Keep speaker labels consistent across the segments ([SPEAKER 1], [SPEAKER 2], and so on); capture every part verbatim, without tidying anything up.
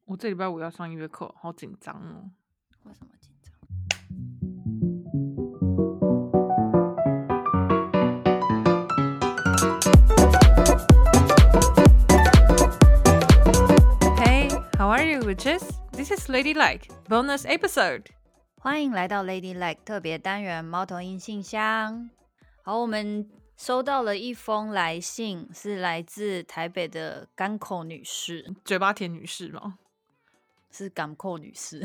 [SPEAKER 1] 我这礼拜五要上音乐课，好紧张哦。
[SPEAKER 2] 为什么紧张？
[SPEAKER 1] Hey, how are you, witches? This is Ladylike bonus episode.
[SPEAKER 2] 欢迎来到 Ladylike 特别单元猫头鹰信箱。好，我们收到了一封来信，是来自台北的港口女士，
[SPEAKER 1] 嘴巴甜女士吗？
[SPEAKER 2] 是港口女士。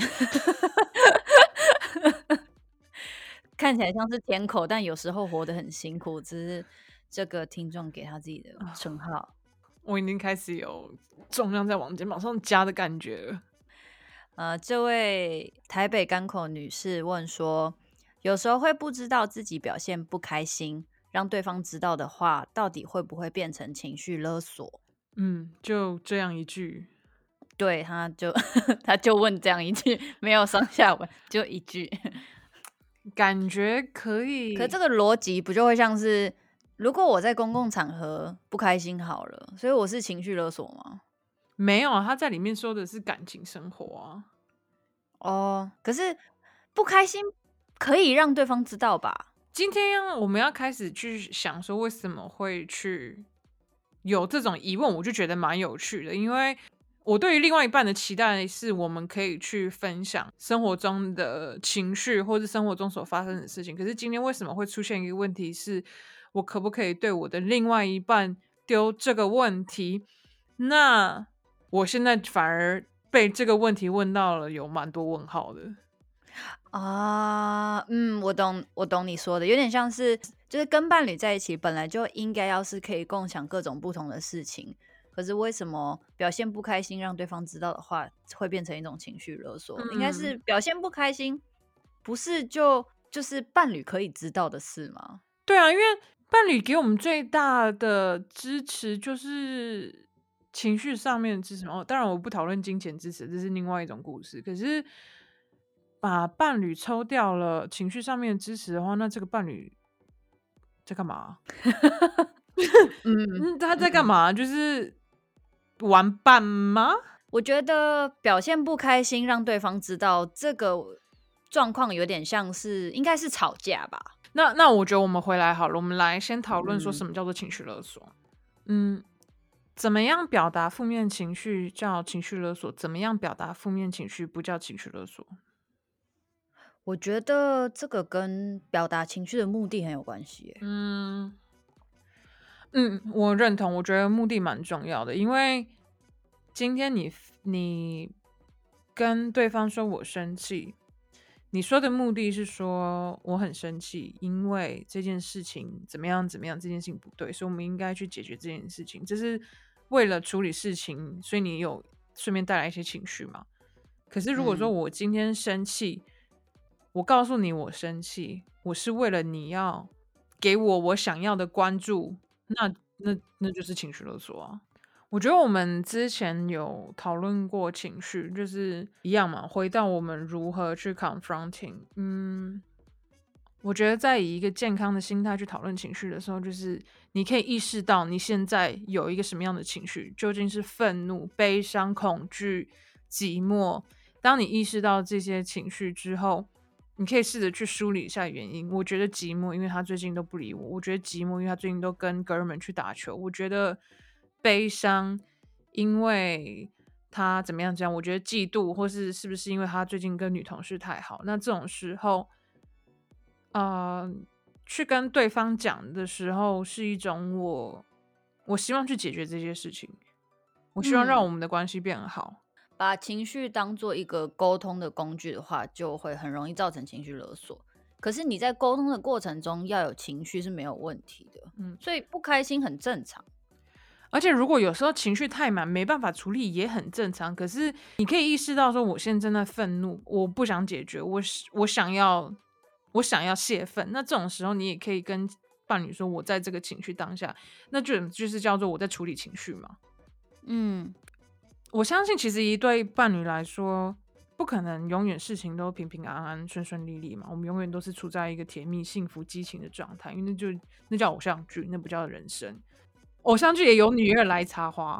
[SPEAKER 2] 看起来像是甜口，但有时候活得很辛苦，只是这个听众给他自己的称号。
[SPEAKER 1] 我已经开始有重量在往肩膀上加的感觉了。
[SPEAKER 2] 呃，这位台北港口女士问说，有时候会不知道自己表现不开心，让对方知道的话，到底会不会变成情绪勒索？
[SPEAKER 1] 嗯，就这样一句。
[SPEAKER 2] 对，他就他就问这样一句，没有上下文，就一句。
[SPEAKER 1] 感觉可以。
[SPEAKER 2] 可这个逻辑不就会像是，如果我在公共场合不开心好了，所以我是情绪勒索吗？
[SPEAKER 1] 没有，他在里面说的是感情生活啊。
[SPEAKER 2] 哦，可是不开心可以让对方知道吧？
[SPEAKER 1] 今天我们要开始去想说为什么会去有这种疑问，我就觉得蛮有趣的，因为我对于另外一半的期待是我们可以去分享生活中的情绪或是生活中所发生的事情，可是今天为什么会出现一个问题是我可不可以对我的另外一半丢这个问题？那我现在反而被这个问题问到了有蛮多问号的
[SPEAKER 2] 啊。嗯，我懂，我懂你说的，有点像是就是跟伴侣在一起本来就应该要是可以共享各种不同的事情，可是为什么表现不开心让对方知道的话会变成一种情绪勒索？嗯、应该是表现不开心不是就就是伴侣可以知道的事吗？
[SPEAKER 1] 对啊，因为伴侣给我们最大的支持就是情绪上面的支持嘛。当然我不讨论金钱支持，这是另外一种故事。可是把伴侣抽掉了情绪上面的支持的话，那这个伴侣在干嘛？嗯，他在干嘛？就是玩伴吗？
[SPEAKER 2] 我觉得表现不开心让对方知道这个状况有点像是应该是吵架吧。
[SPEAKER 1] 那那我觉得我们回来好了，我们来先讨论说什么叫做情绪勒索。嗯，怎么样表达负面情绪叫情绪勒索？怎么样表达负面情绪不叫情绪勒索？
[SPEAKER 2] 我觉得这个跟表达情绪的目的很有关系耶。
[SPEAKER 1] 嗯嗯，我认同，我觉得目的蛮重要的，因为今天你你跟对方说我生气，你说的目的是说我很生气，因为这件事情怎么样怎么样，这件事情不对，所以我们应该去解决这件事情，这是为了处理事情，所以你有顺便带来一些情绪嘛。可是如果说我今天生气，嗯、我告诉你我生气，我是为了你要给我我想要的关注，那那那就是情绪勒索啊。我觉得我们之前有讨论过情绪，就是一样嘛，回到我们如何去 confronting。嗯，我觉得在以一个健康的心态去讨论情绪的时候，就是你可以意识到你现在有一个什么样的情绪，究竟是愤怒、悲伤、恐惧、寂寞。当你意识到这些情绪之后，你可以试着去梳理一下原因。我觉得寂寞，因为他最近都不理我；我觉得寂寞，因为他最近都跟哥们去打球；我觉得悲伤，因为他怎么样这样；我觉得嫉妒，或是是不是因为他最近跟女同事太好。那这种时候，呃，去跟对方讲的时候，是一种我我希望去解决这些事情，我希望让我们的关系变好。
[SPEAKER 2] 嗯，把情绪当做一个沟通的工具的话，就会很容易造成情绪勒索。可是你在沟通的过程中要有情绪是没有问题的，嗯，所以不开心很正常。
[SPEAKER 1] 而且如果有时候情绪太满没办法处理也很正常，可是你可以意识到说我现在正在愤怒，我不想解决，我我想要我想要泄愤，那这种时候你也可以跟伴侣说我在这个情绪当下，那就就是叫做我在处理情绪嘛。嗯，我相信其实一对伴侣来说不可能永远事情都平平安安顺顺利利嘛，我们永远都是处在一个甜蜜幸福激情的状态，因为那就那叫偶像剧，那不叫人生。偶像剧也有女二来插花，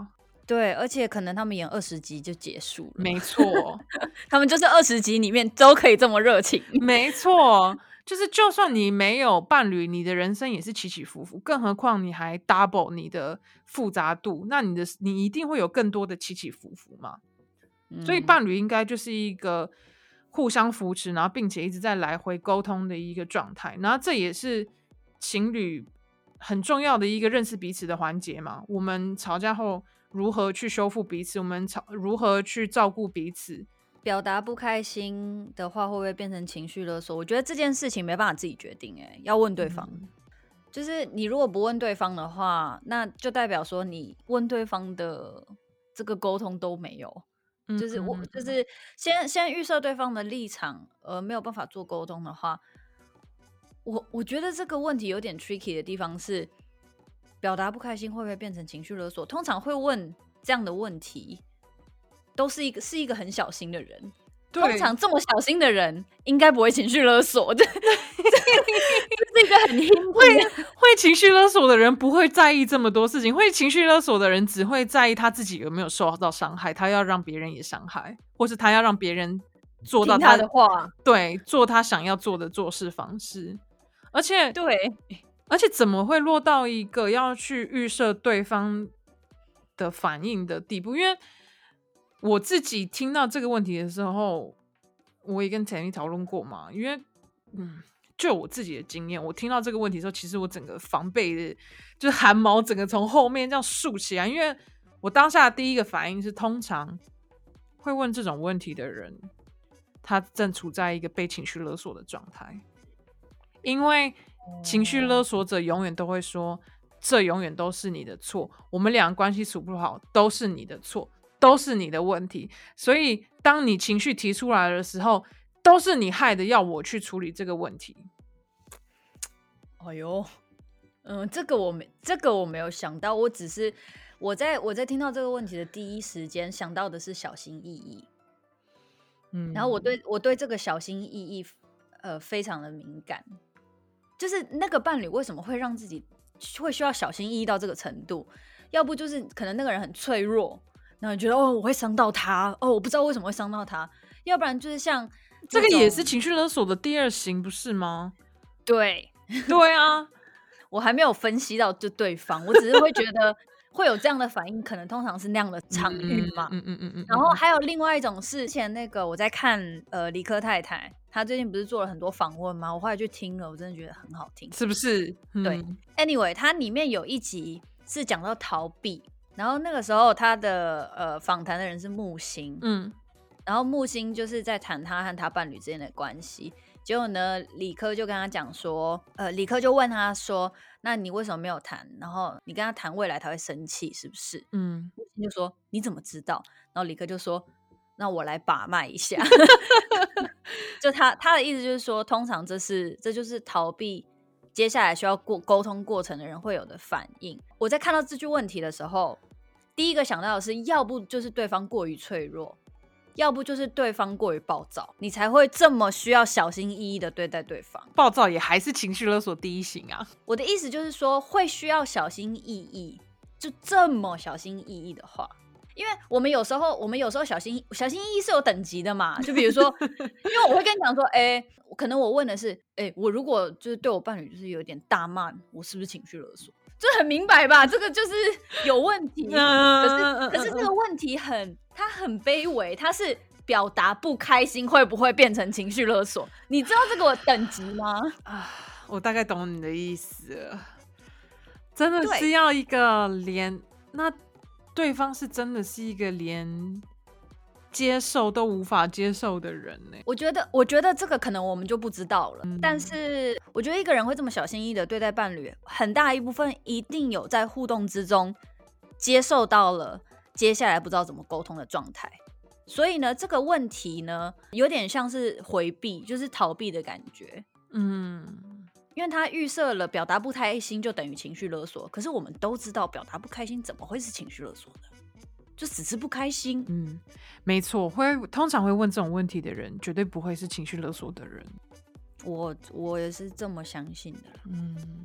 [SPEAKER 2] 对，而且可能他们演二十集就结束了，
[SPEAKER 1] 没错，
[SPEAKER 2] 他们就是二十集里面都可以这么热情，
[SPEAKER 1] 没错，就是就算你没有伴侣，你的人生也是起起伏伏，更何况你还 double 你的复杂度，那你的你一定会有更多的起起伏伏嘛。所以
[SPEAKER 2] 嗯，
[SPEAKER 1] 伴侣应该就是一个互相扶持，然后并且一直在来回沟通的一个状态，然后这也是情侣很重要的一个认识彼此的环节嘛。我们吵架后如何去修复彼此，我们吵如何去照顾彼此。
[SPEAKER 2] 表达不开心的话，会不会变成情绪勒索？我觉得这件事情没办法自己决定、欸，要问对方。
[SPEAKER 1] 嗯
[SPEAKER 2] 就是你如果不问对方的话，那就代表说你问对方的这个沟通都没有。
[SPEAKER 1] 嗯
[SPEAKER 2] 就是我
[SPEAKER 1] 嗯
[SPEAKER 2] 就是先先预设对方的立场，而没有办法做沟通的话，我我觉得这个问题有点 tricky 的地方是，表达不开心会不会变成情绪勒索？通常会问这样的问题，都是一个是一个很小心的人。通常这么小心的人，应该不会情绪勒索。这这是一个很
[SPEAKER 1] 会会情绪勒索的人不会在意这么多事情，会情绪勒索的人只会在意他自己有没有受到伤害，他要让别人也伤害，或是他要让别人做到
[SPEAKER 2] 他, 他的话，
[SPEAKER 1] 对，做他想要做的做事方式。而且
[SPEAKER 2] 对，
[SPEAKER 1] 而且怎么会落到一个要去预设对方的反应的地步？因为我自己听到这个问题的时候，我也跟陈毅讨论过嘛。因为，嗯，就我自己的经验，我听到这个问题的时候，其实我整个防备的，就是汗毛整个从后面这样竖起来。因为我当下的第一个反应是，通常会问这种问题的人，他正处在一个被情绪勒索的状态。因为情绪勒索者永远都会说，这永远都是你的错，我们俩关系处不好都是你的错，都是你的问题。所以当你情绪提出来的时候，都是你害的，要我去处理这个问题。
[SPEAKER 2] 哎呦，嗯，这个我没，这个我没有想到，我只是我在我在听到这个问题的第一时间想到的是小心翼翼。嗯，然后我对我对这个小心翼翼，呃，非常的敏感。就是那个伴侣为什么会让自己会需要小心翼翼到这个程度？要不就是可能那个人很脆弱，然后你觉得哦我会伤到他，哦我不知道为什么会伤到他，要不然就是像
[SPEAKER 1] 这个也是情绪勒索的第二型，不是吗？
[SPEAKER 2] 对
[SPEAKER 1] 对啊，
[SPEAKER 2] 我还没有分析到就对方，我只是会觉得会有这样的反应，可能通常是那样的场域嘛。
[SPEAKER 1] 嗯嗯嗯嗯。
[SPEAKER 2] 然后还有另外一种是，之前那个我在看呃理科太太，她最近不是做了很多访问吗？我后来去听了，我真的觉得很好听，
[SPEAKER 1] 是不是？嗯、
[SPEAKER 2] 对 ，anyway， 它里面有一集是讲到逃避，然后那个时候他的呃访谈的人是木星，嗯，然后木星就是在谈他和他伴侣之间的关系。结果呢，理科就跟他讲说，呃，理科就问他说，那你为什么没有谈？然后你跟他谈未来他会生气，是不是？嗯，木星就说你怎么知道？然后理科就说，那我来把脉一下。就他他的意思就是说，通常这是这就是逃避接下来需要过沟通过程的人会有的反应。我在看到这句问题的时候，第一个想到的是，要不就是对方过于脆弱，要不就是对方过于暴躁，你才会这么需要小心翼翼的对待对方。
[SPEAKER 1] 暴躁也还是情绪勒索第一型啊。
[SPEAKER 2] 我的意思就是说，会需要小心翼翼，就这么小心翼翼的话，因为我们有时候，我们有时候小心小心翼翼是有等级的嘛。就比如说，因为我会跟你讲说，哎、欸，可能我问的是，哎、欸，我如果就是对我伴侣就是有点大骂，我是不是情绪勒索？就很明白吧，这个就是有问题。可是可是这个问题很，它很卑微，它是表达不开心会不会变成情绪勒索？你知道这个等级吗？
[SPEAKER 1] 啊，我大概懂你的意思了。真的是要一个连那对方是真的是一个连接受都无法接受的人呢。
[SPEAKER 2] 我觉得，我觉得这个可能我们就不知道了。嗯、但是，我觉得一个人会这么小心翼翼的对待伴侣，很大一部分一定有在互动之中接受到了接下来不知道怎么沟通的状态。所以呢，这个问题呢，有点像是回避，就是逃避的感觉。嗯，因为他预设了表达不开心就等于情绪勒索，可是我们都知道，表达不开心怎么会是情绪勒索呢？就只是不开心。
[SPEAKER 1] 嗯，没错，会通常会问这种问题的人，绝对不会是情绪勒索的人。
[SPEAKER 2] 我我也是这么相信的。嗯，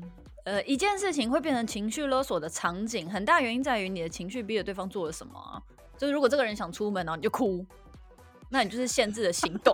[SPEAKER 2] 呃，一件事情会变成情绪勒索的场景，很大原因在于你的情绪逼着对方做了什么啊。就是如果这个人想出门，然后你就哭，那你就是限制了行动，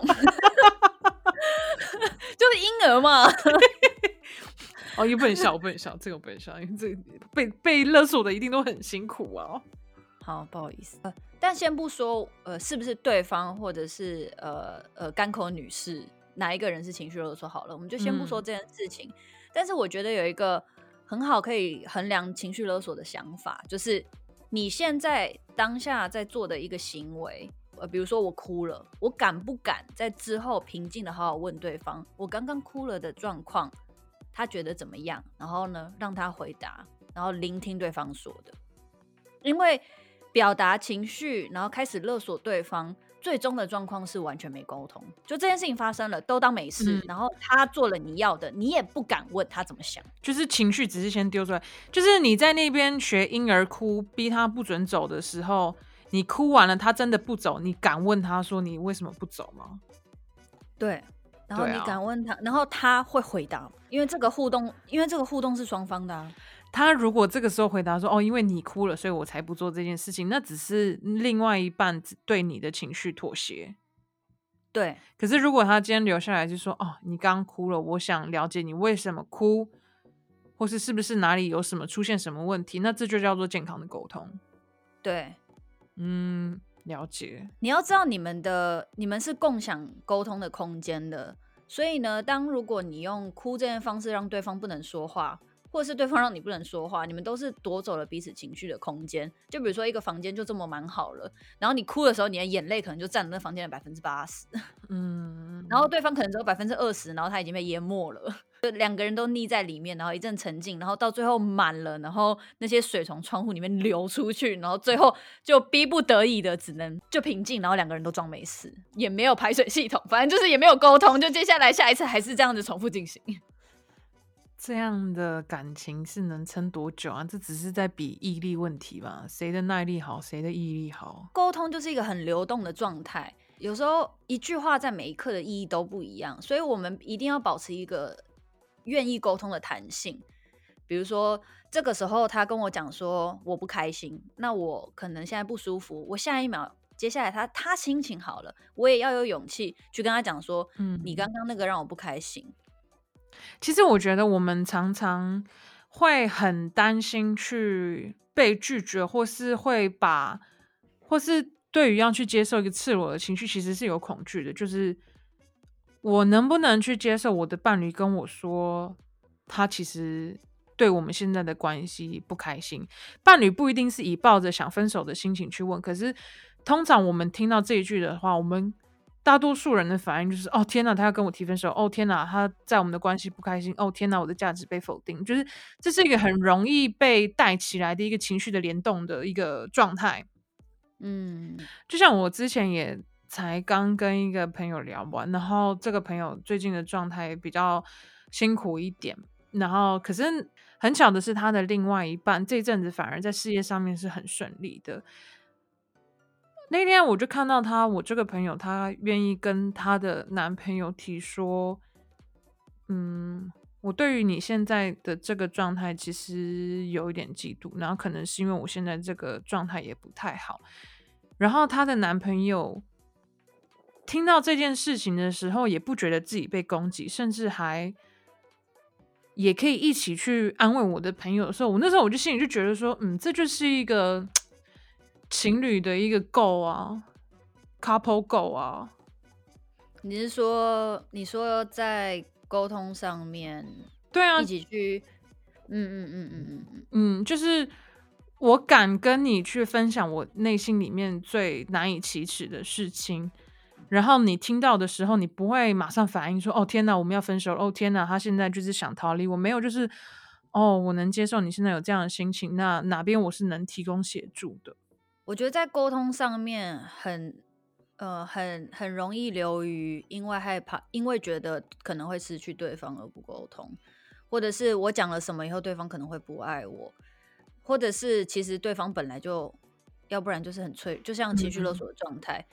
[SPEAKER 2] 就是婴儿嘛。
[SPEAKER 1] 哦，又不能笑，不能笑，这个不能笑，因为这被被勒索的一定都很辛苦啊。
[SPEAKER 2] 好，不好意思，呃、但先不说呃是不是对方或者是呃呃甘口女士哪一个人是情绪勒索好了，我们就先不说这件事情。嗯、但是我觉得有一个很好可以衡量情绪勒索的想法，就是你现在当下在做的一个行为，呃，比如说我哭了，我敢不敢在之后平静的好好问对方，我刚刚哭了的状况，他觉得怎么样？然后呢，让他回答，然后聆听对方说的，因为表达情绪，然后开始勒索对方，最终的状况是完全没沟通。就这件事情发生了，都当没事，嗯、然后他做了你要的，你也不敢问他怎么想，
[SPEAKER 1] 就是情绪只是先丢出来。就是你在那边学婴儿哭，逼他不准走的时候，你哭完了，他真的不走，你敢问他说你为什么不走吗？
[SPEAKER 2] 对。然后你敢问他，啊、然后他会回答，因为这个互动，因为这个互动是双方的啊。
[SPEAKER 1] 他如果这个时候回答说：“哦，因为你哭了，所以我才不做这件事情。”那只是另外一半对你的情绪妥协。
[SPEAKER 2] 对。
[SPEAKER 1] 可是如果他今天留下来就说：“哦，你刚哭了，我想了解你为什么哭，或是是不是哪里有什么出现什么问题？”那这就叫做健康的沟通。
[SPEAKER 2] 对。
[SPEAKER 1] 嗯。了解，
[SPEAKER 2] 你要知道你们的你们是共享沟通的空间的，所以呢，当如果你用哭这件方式让对方不能说话，或者是对方让你不能说话，你们都是夺走了彼此情绪的空间。就比如说一个房间就这么满好了，然后你哭的时候，你的眼泪可能就占了那房间的百分之八十，嗯，然后对方可能只有百分之二十，然后他已经被淹没了。就两个人都溺在里面，然后一阵沉静，然后到最后满了，然后那些水从窗户里面流出去，然后最后就逼不得已的只能就平静，然后两个人都装没事，也没有排水系统，反正就是也没有沟通，就接下来下一次还是这样子重复进行。
[SPEAKER 1] 这样的感情是能撑多久啊？这只是在比毅力问题吧，谁的耐力好，谁的毅力好。
[SPEAKER 2] 沟通就是一个很流动的状态，有时候一句话在每一刻的意义都不一样，所以我们一定要保持一个愿意沟通的弹性。比如说这个时候他跟我讲说我不开心，那我可能现在不舒服，我下一秒接下来他他心情好了，我也要有勇气去跟他讲说、嗯、你刚刚那个让我不开心。
[SPEAKER 1] 其实我觉得我们常常会很担心去被拒绝，或是会把或是对于要去接受一个赤裸的情绪其实是有恐惧的，就是我能不能去接受我的伴侣跟我说他其实对我们现在的关系不开心。伴侣不一定是以抱着想分手的心情去问，可是通常我们听到这一句的话，我们大多数人的反应就是哦天哪，他要跟我提分手，哦天哪，他在我们的关系不开心，哦天哪，我的价值被否定，就是这是一个很容易被带起来的一个情绪的联动的一个状态。嗯，就像我之前也才刚跟一个朋友聊完，然后这个朋友最近的状态比较辛苦一点，然后可是很巧的是他的另外一半这阵子反而在事业上面是很顺利的。那天我就看到他，我这个朋友他愿意跟他的男朋友提说，嗯，我对于你现在的这个状态其实有一点嫉妒，然后可能是因为我现在这个状态也不太好。然后他的男朋友听到这件事情的时候，也不觉得自己被攻击，甚至还也可以一起去安慰我的朋友的时候，我那时候我就心里就觉得说，嗯，这就是一个情侣的一个 goal 啊 ，couple goal 啊。
[SPEAKER 2] 你是说，你说在沟通上面，
[SPEAKER 1] 对啊，
[SPEAKER 2] 一起去，嗯嗯嗯嗯嗯嗯，
[SPEAKER 1] 嗯，就是我敢跟你去分享我内心里面最难以启齿的事情，然后你听到的时候，你不会马上反应说，哦天哪，我们要分手了，哦天哪，他现在就是想逃离我，没有，就是哦，我能接受你现在有这样的心情，那哪边我是能提供协助的。
[SPEAKER 2] 我觉得在沟通上面很呃很很容易流于因为害怕，因为觉得可能会失去对方而不沟通，或者是我讲了什么以后对方可能会不爱我，或者是其实对方本来就要不然就是很脆，就像情绪勒索的状态。嗯嗯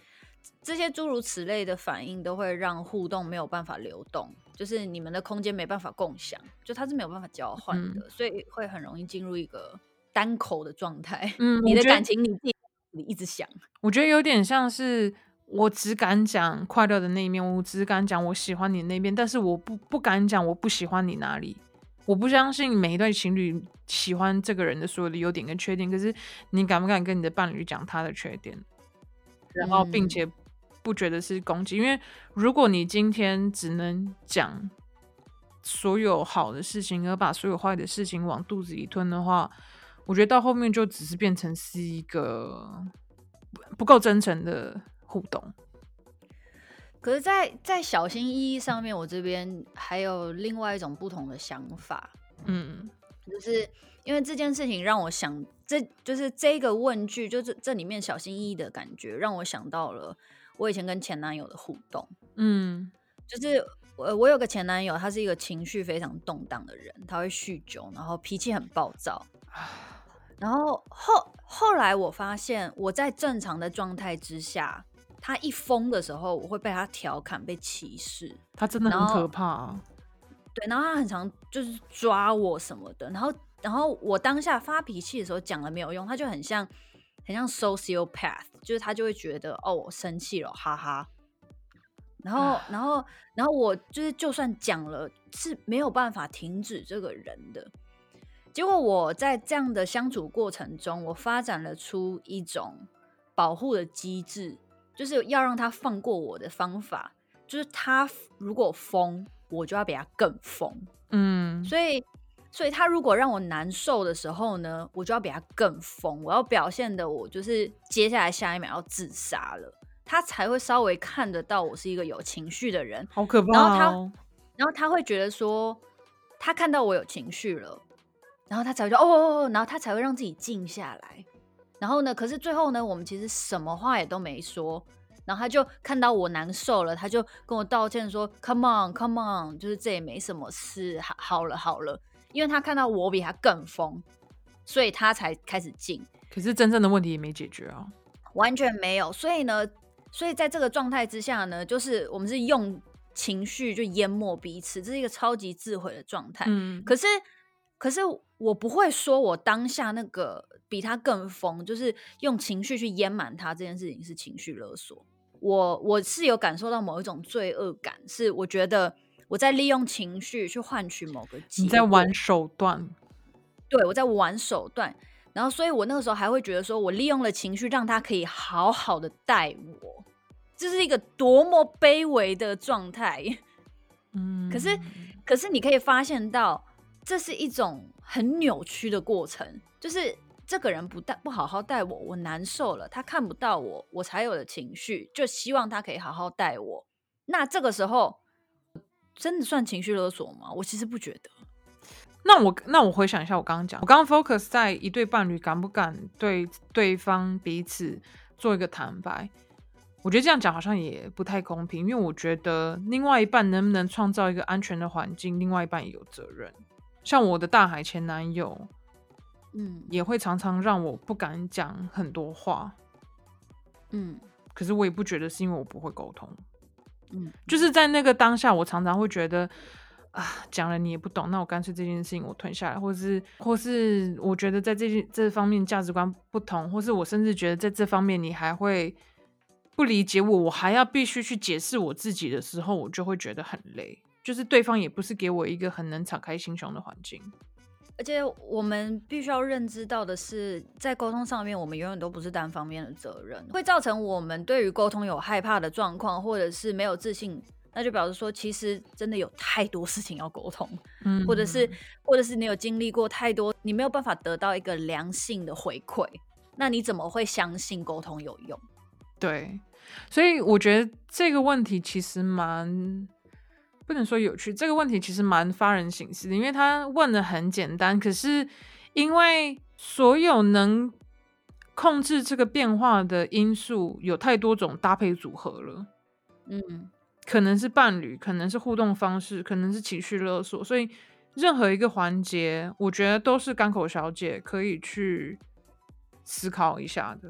[SPEAKER 2] 这些诸如此类的反应都会让互动没有办法流动，就是你们的空间没办法共享，就它是没有办法交换的，
[SPEAKER 1] 嗯
[SPEAKER 2] 所以会很容易进入一个单口的状态。
[SPEAKER 1] 嗯，
[SPEAKER 2] 你
[SPEAKER 1] 我觉得
[SPEAKER 2] 的感情你自己你一直想。
[SPEAKER 1] 我觉得有点像是我只敢讲快乐的那一面，我只敢讲我喜欢你的那边，但是我不不敢讲我不喜欢你哪里。我不相信每一对情侣喜欢这个人的所有的优点跟缺点，可是你敢不敢跟你的伴侣讲他的缺点，然后并且不觉得是攻击？因为如果你今天只能讲所有好的事情，而把所有坏的事情往肚子里吞的话，我觉得到后面就只是变成是一个不够真诚的互动。
[SPEAKER 2] 可是在，在小心翼翼上面，我这边还有另外一种不同的想法，
[SPEAKER 1] 嗯，
[SPEAKER 2] 就是因为这件事情让我想，这就是这个问句，就是这里面小心翼翼的感觉，让我想到了我以前跟前男友的互动。
[SPEAKER 1] 嗯，
[SPEAKER 2] 就是我我有个前男友，他是一个情绪非常动荡的人，他会酗酒，然后脾气很暴躁。然后后后来我发现，我在正常的状态之下，他一疯的时候，我会被他调侃、被歧视。
[SPEAKER 1] 他真的很可怕啊。
[SPEAKER 2] 对，然后他很常就是抓我什么的，然后然后我当下发脾气的时候讲了没有用，他就很像很像 sociopath， 就是他就会觉得哦我生气了，哈哈。然后然后然后我就是就算讲了是没有办法停止这个人的。结果我在这样的相处过程中，我发展了出一种保护的机制，就是要让他放过我的方法，就是他如果疯，我就要比他更疯。
[SPEAKER 1] 嗯，
[SPEAKER 2] 所以，所以他如果让我难受的时候呢，我就要比他更疯，我要表现的我就是接下来下一秒要自杀了，他才会稍微看得到我是一个有情绪的人。
[SPEAKER 1] 好可怕哦。
[SPEAKER 2] 然后他，然后他会觉得说，他看到我有情绪了。然后他才会说哦哦哦，然后他才会让自己静下来。然后呢，可是最后呢，我们其实什么话也都没说。然后他就看到我难受了，他就跟我道歉说 ：“Come on, come on， 就是这也没什么事，好好了好了。”因为他看到我比他更疯，所以他才开始静。
[SPEAKER 1] 可是真正的问题也没解决啊，
[SPEAKER 2] 完全没有。所以呢，所以在这个状态之下呢，就是我们是用情绪就淹没彼此，这是一个超级自毁的状态。
[SPEAKER 1] 嗯，
[SPEAKER 2] 可是。可是我不会说我当下那个比他更疯，就是用情绪去淹满他这件事情是情绪勒索。我我是有感受到某一种罪恶感，是我觉得我在利用情绪去换取某个结果，
[SPEAKER 1] 你在玩手段。
[SPEAKER 2] 对，我在玩手段。然后所以我那个时候还会觉得说我利用了情绪让他可以好好的待我，这是一个多么卑微的状态。
[SPEAKER 1] 嗯，
[SPEAKER 2] 可是可是你可以发现到这是一种很扭曲的过程，就是这个人不带不好好待我，我难受了，他看不到我，我才有了情绪，就希望他可以好好待我。那这个时候真的算情绪勒索吗？我其实不觉得。
[SPEAKER 1] 那我那我回想一下，我刚刚讲，我刚刚 focus 在一对伴侣敢不敢对对方彼此做一个坦白。我觉得这样讲好像也不太公平，因为我觉得另外一半能不能创造一个安全的环境，另外一半也有责任。像我的大海前男友，
[SPEAKER 2] 嗯，
[SPEAKER 1] 也会常常让我不敢讲很多话，
[SPEAKER 2] 嗯，
[SPEAKER 1] 可是我也不觉得是因为我不会沟通，
[SPEAKER 2] 嗯，
[SPEAKER 1] 就是在那个当下，我常常会觉得啊，讲了你也不懂，那我干脆这件事情我吞下来，或是或是我觉得在这件这方面价值观不同，或是我甚至觉得在这方面你还会不理解我，我还要必须去解释我自己的时候，我就会觉得很累。就是对方也不是给我一个很能敞开心胸的环境。
[SPEAKER 2] 而且我们必须要认知到的是，在沟通上面，我们永远都不是单方面的责任，会造成我们对于沟通有害怕的状况，或者是没有自信，那就表示说，其实真的有太多事情要沟通，
[SPEAKER 1] 嗯，
[SPEAKER 2] 或者是或者是你有经历过太多，你没有办法得到一个良性的回馈，那你怎么会相信沟通有用？
[SPEAKER 1] 对，所以我觉得这个问题其实蛮。不能说有趣，这个问题其实蛮发人省思的，因为他问的很简单，可是因为所有能控制这个变化的因素有太多种搭配组合了，
[SPEAKER 2] 嗯，
[SPEAKER 1] 可能是伴侣，可能是互动方式，可能是情绪勒索，所以任何一个环节，我觉得都是港口小姐可以去思考一下的。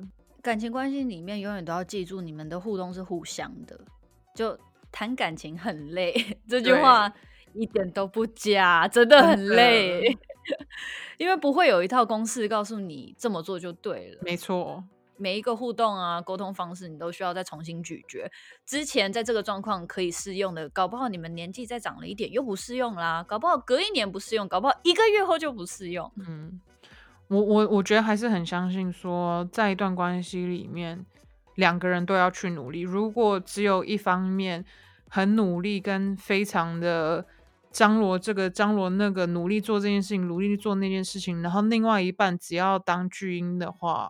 [SPEAKER 2] 感情关系里面永远都要记住，你们的互动是互相的。就谈感情很累，这句话一点都不假，真的很累。因为不会有一套公式告诉你这么做就对了。
[SPEAKER 1] 没错，
[SPEAKER 2] 每一个互动啊，沟通方式你都需要再重新咀嚼。之前在这个状况可以适用的，搞不好你们年纪再长了一点又不适用啦，搞不好隔一年不适用，搞不好一个月后就不适用。
[SPEAKER 1] 嗯，我我我觉得还是很相信说，在一段关系里面，两个人都要去努力。如果只有一方面很努力，跟非常的张罗这个张罗那个，努力做这件事情，努力做那件事情，然后另外一半只要当巨婴的话，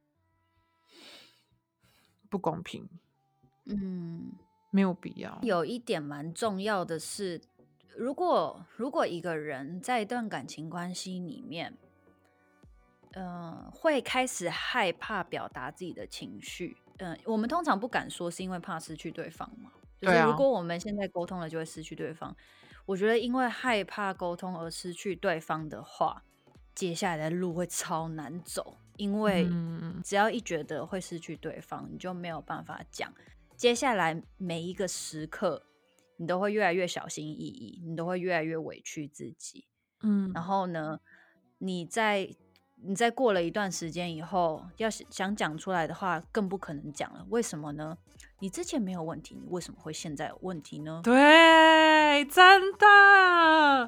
[SPEAKER 1] 不公平。
[SPEAKER 2] 嗯，
[SPEAKER 1] 没有必要。
[SPEAKER 2] 有一点蛮重要的是，如果如果一个人在一段感情关系里面，呃，会开始害怕表达自己的情绪。嗯、呃，我们通常不敢说，是因为怕失去对方嘛。就是如果我们现在沟通了，就会失去对方。我觉得，因为害怕沟通而失去对方的话，接下来的路会超难走。因为只要一觉得会失去对方，你就没有办法讲。接下来每一个时刻，你都会越来越小心翼翼，你都会越来越委屈自己。
[SPEAKER 1] 嗯，
[SPEAKER 2] 然后呢，你在你在过了一段时间以后，要想讲出来的话，更不可能讲了。为什么呢？你之前没有问题，你为什么会现在有问题呢？
[SPEAKER 1] 对，真的。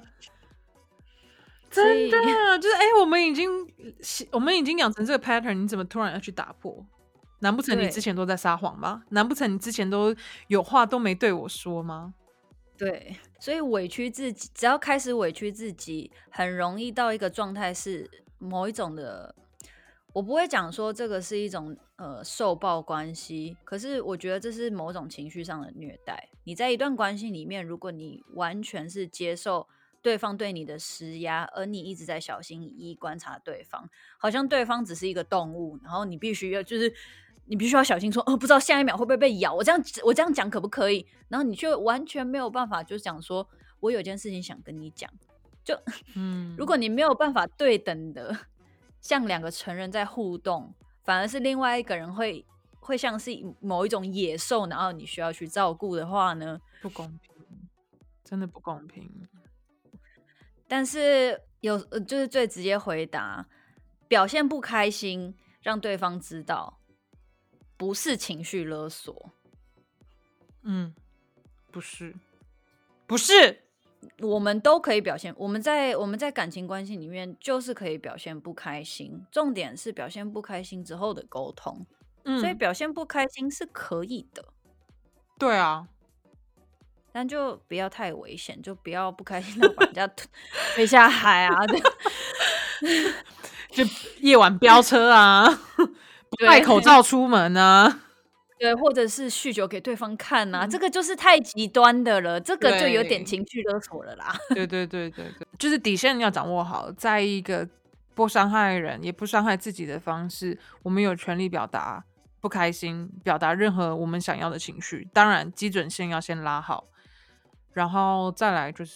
[SPEAKER 1] 真的就是哎、欸，我们已经我们已经养成这个 pattern， 你怎么突然要去打破？难不成你之前都在撒谎吗？难不成你之前都有话都没对我说吗？
[SPEAKER 2] 对，所以委屈自己，只要开始委屈自己，很容易到一个状态是某一种的。我不会讲说这个是一种呃受暴关系，可是我觉得这是某种情绪上的虐待。你在一段关系里面，如果你完全是接受对方对你的施压，而你一直在小心翼翼观察对方，好像对方只是一个动物，然后你必须要就是你必须要小心说，哦，不知道下一秒会不会被咬，我这样我这样讲可不可以？然后你却完全没有办法就讲说，我有件事情想跟你讲，就嗯，如果你没有办法对等的像两个成人在互动，反而是另外一个人会会像是某一种野兽，然后你需要去照顾的话呢，
[SPEAKER 1] 不公平，真的不公平。
[SPEAKER 2] 但是有就是最直接回答，表现不开心，让对方知道，不是情绪勒索。
[SPEAKER 1] 嗯，不是，不是，
[SPEAKER 2] 我们都可以表现。我们在我们在感情关系里面，就是可以表现不开心。重点是表现不开心之后的沟通。嗯，所以表现不开心是可以的。
[SPEAKER 1] 对啊。
[SPEAKER 2] 但就不要太危险，就不要不开心到把人家推下海啊！
[SPEAKER 1] 就夜晚飙车啊，不戴口罩出门啊，
[SPEAKER 2] 对，或者是酗酒给对方看啊，嗯、这个就是太极端的了，这个就有点情绪勒索了啦。
[SPEAKER 1] 对对对对对，就是底线要掌握好，在一个不伤害人也不伤害自己的方式，我们有权利表达不开心，表达任何我们想要的情绪。当然，基准线要先拉好。然后再来就是，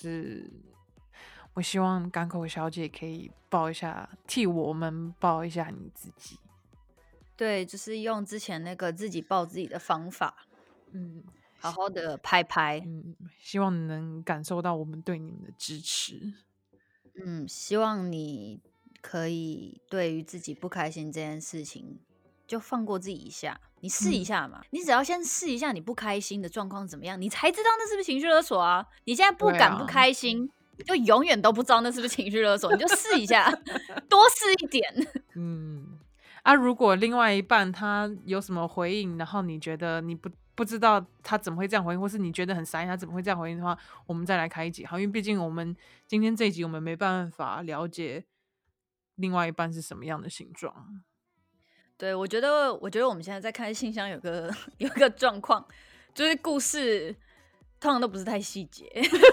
[SPEAKER 1] 我希望港口小姐可以抱一下，替我们抱一下你自己。
[SPEAKER 2] 对，就是用之前那个自己抱自己的方法，嗯，好好的拍拍，
[SPEAKER 1] 嗯，希望你能感受到我们对你们的支持。
[SPEAKER 2] 嗯，希望你可以对于自己不开心这件事情，就放过自己一下。你试一下嘛、嗯，你只要先试一下你不开心的状况怎么样，你才知道那是不是情绪勒索啊！你现在不敢不开心，啊、就永远都不知道那是不是情绪勒索，你就试一下，多试一点。
[SPEAKER 1] 嗯，啊，如果另外一半他有什么回应，然后你觉得你不不知道他怎么会这样回应，或是你觉得很傻眼他怎么会这样回应的话，我们再来开一集好，因为毕竟我们今天这一集我们没办法了解另外一半是什么样的形状。
[SPEAKER 2] 对，我觉得，我觉得我们现在在看信箱有个有一个状况，就是故事通常都不是太细节。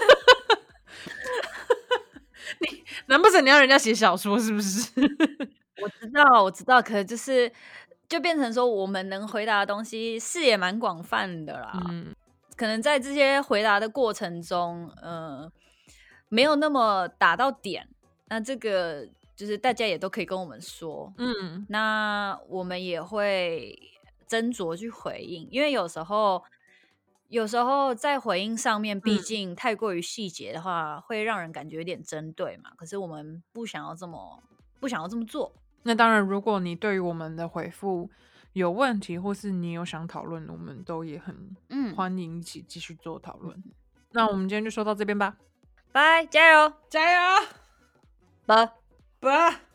[SPEAKER 1] 你难不成你要人家写小说是不是？
[SPEAKER 2] 我知道，我知道，可是就是就变成说，我们能回答的东西视野蛮广泛的啦。嗯，可能在这些回答的过程中，呃，没有那么打到点。那这个。 就是大家也都可以跟我们说，
[SPEAKER 1] 嗯，
[SPEAKER 2] 那我们也会斟酌去回应，因为有时候有时候在回应上面，毕
[SPEAKER 1] 嗯
[SPEAKER 2] 竟太过于细节的话，会让人感觉有点针对嘛。可是我们不想要这么不想要这么做。
[SPEAKER 1] 那当然，如果你对于我们的回复有问题，或是你有想讨论，我们都也很
[SPEAKER 2] 嗯，
[SPEAKER 1] 欢迎一起继续做讨论。那我们今天就说到这边吧，
[SPEAKER 2] 拜，加油，
[SPEAKER 1] 加油，
[SPEAKER 2] 拜。
[SPEAKER 1] 拜。